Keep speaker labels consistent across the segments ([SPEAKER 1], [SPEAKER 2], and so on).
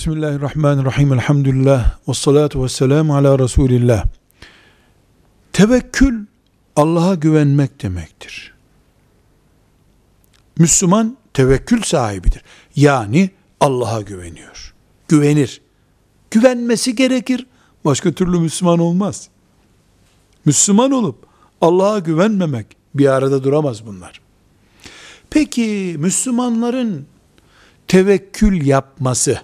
[SPEAKER 1] Bismillahirrahmanirrahim. Elhamdülillah. Vessalatu vesselamu ala Resulillah. Tevekkül, Allah'a güvenmek demektir. Müslüman tevekkül sahibidir. Yani Allah'a güveniyor. Güvenir. Güvenmesi gerekir. Başka türlü Müslüman olmaz. Müslüman olup Allah'a güvenmemek bir arada duramaz bunlar. Peki Müslümanların tevekkül yapması,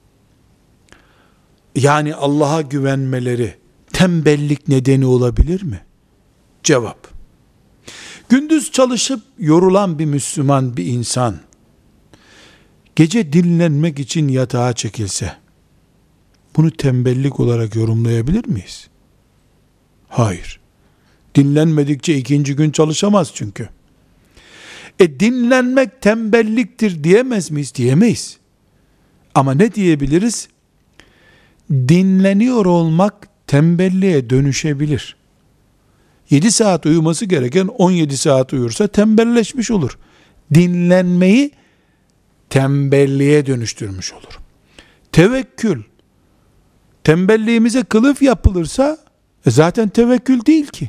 [SPEAKER 1] yani Allah'a güvenmeleri tembellik nedeni olabilir mi? Cevap: gündüz çalışıp yorulan bir Müslüman, bir insan gece dinlenmek için yatağa çekilse bunu tembellik olarak yorumlayabilir miyiz? Hayır. Dinlenmedikçe ikinci gün çalışamaz çünkü. Dinlenmek tembelliktir diyemez miyiz? Diyemeyiz. Ama ne diyebiliriz? Dinleniyor olmak tembelliğe dönüşebilir. 7 saat uyuması gereken 17 saat uyursa tembelleşmiş olur. Dinlenmeyi tembelliğe dönüştürmüş olur. Tevekkül tembelliğimize kılıf yapılırsa zaten tevekkül değil ki.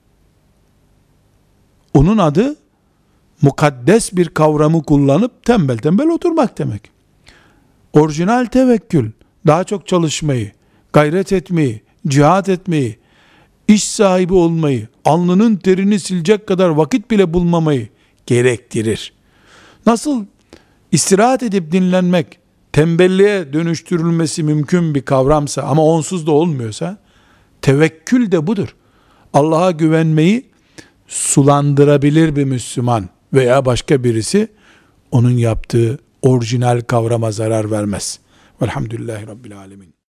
[SPEAKER 1] Onun adı mukaddes bir kavramı kullanıp tembel tembel oturmak demek. Orijinal tevekkül daha çok çalışmayı, gayret etmeyi, cihat etmeyi, iş sahibi olmayı, alnının terini silecek kadar vakit bile bulmamayı gerektirir. Nasıl istirahat edip dinlenmek tembelliğe dönüştürülmesi mümkün bir kavramsa ama onsuz da olmuyorsa, tevekkül de budur. Allah'a güvenmeyi sulandırabilir bir Müslüman veya başka birisi, onun yaptığı orijinal kavrama zarar vermez. Velhamdülillahi Rabbil Alemin.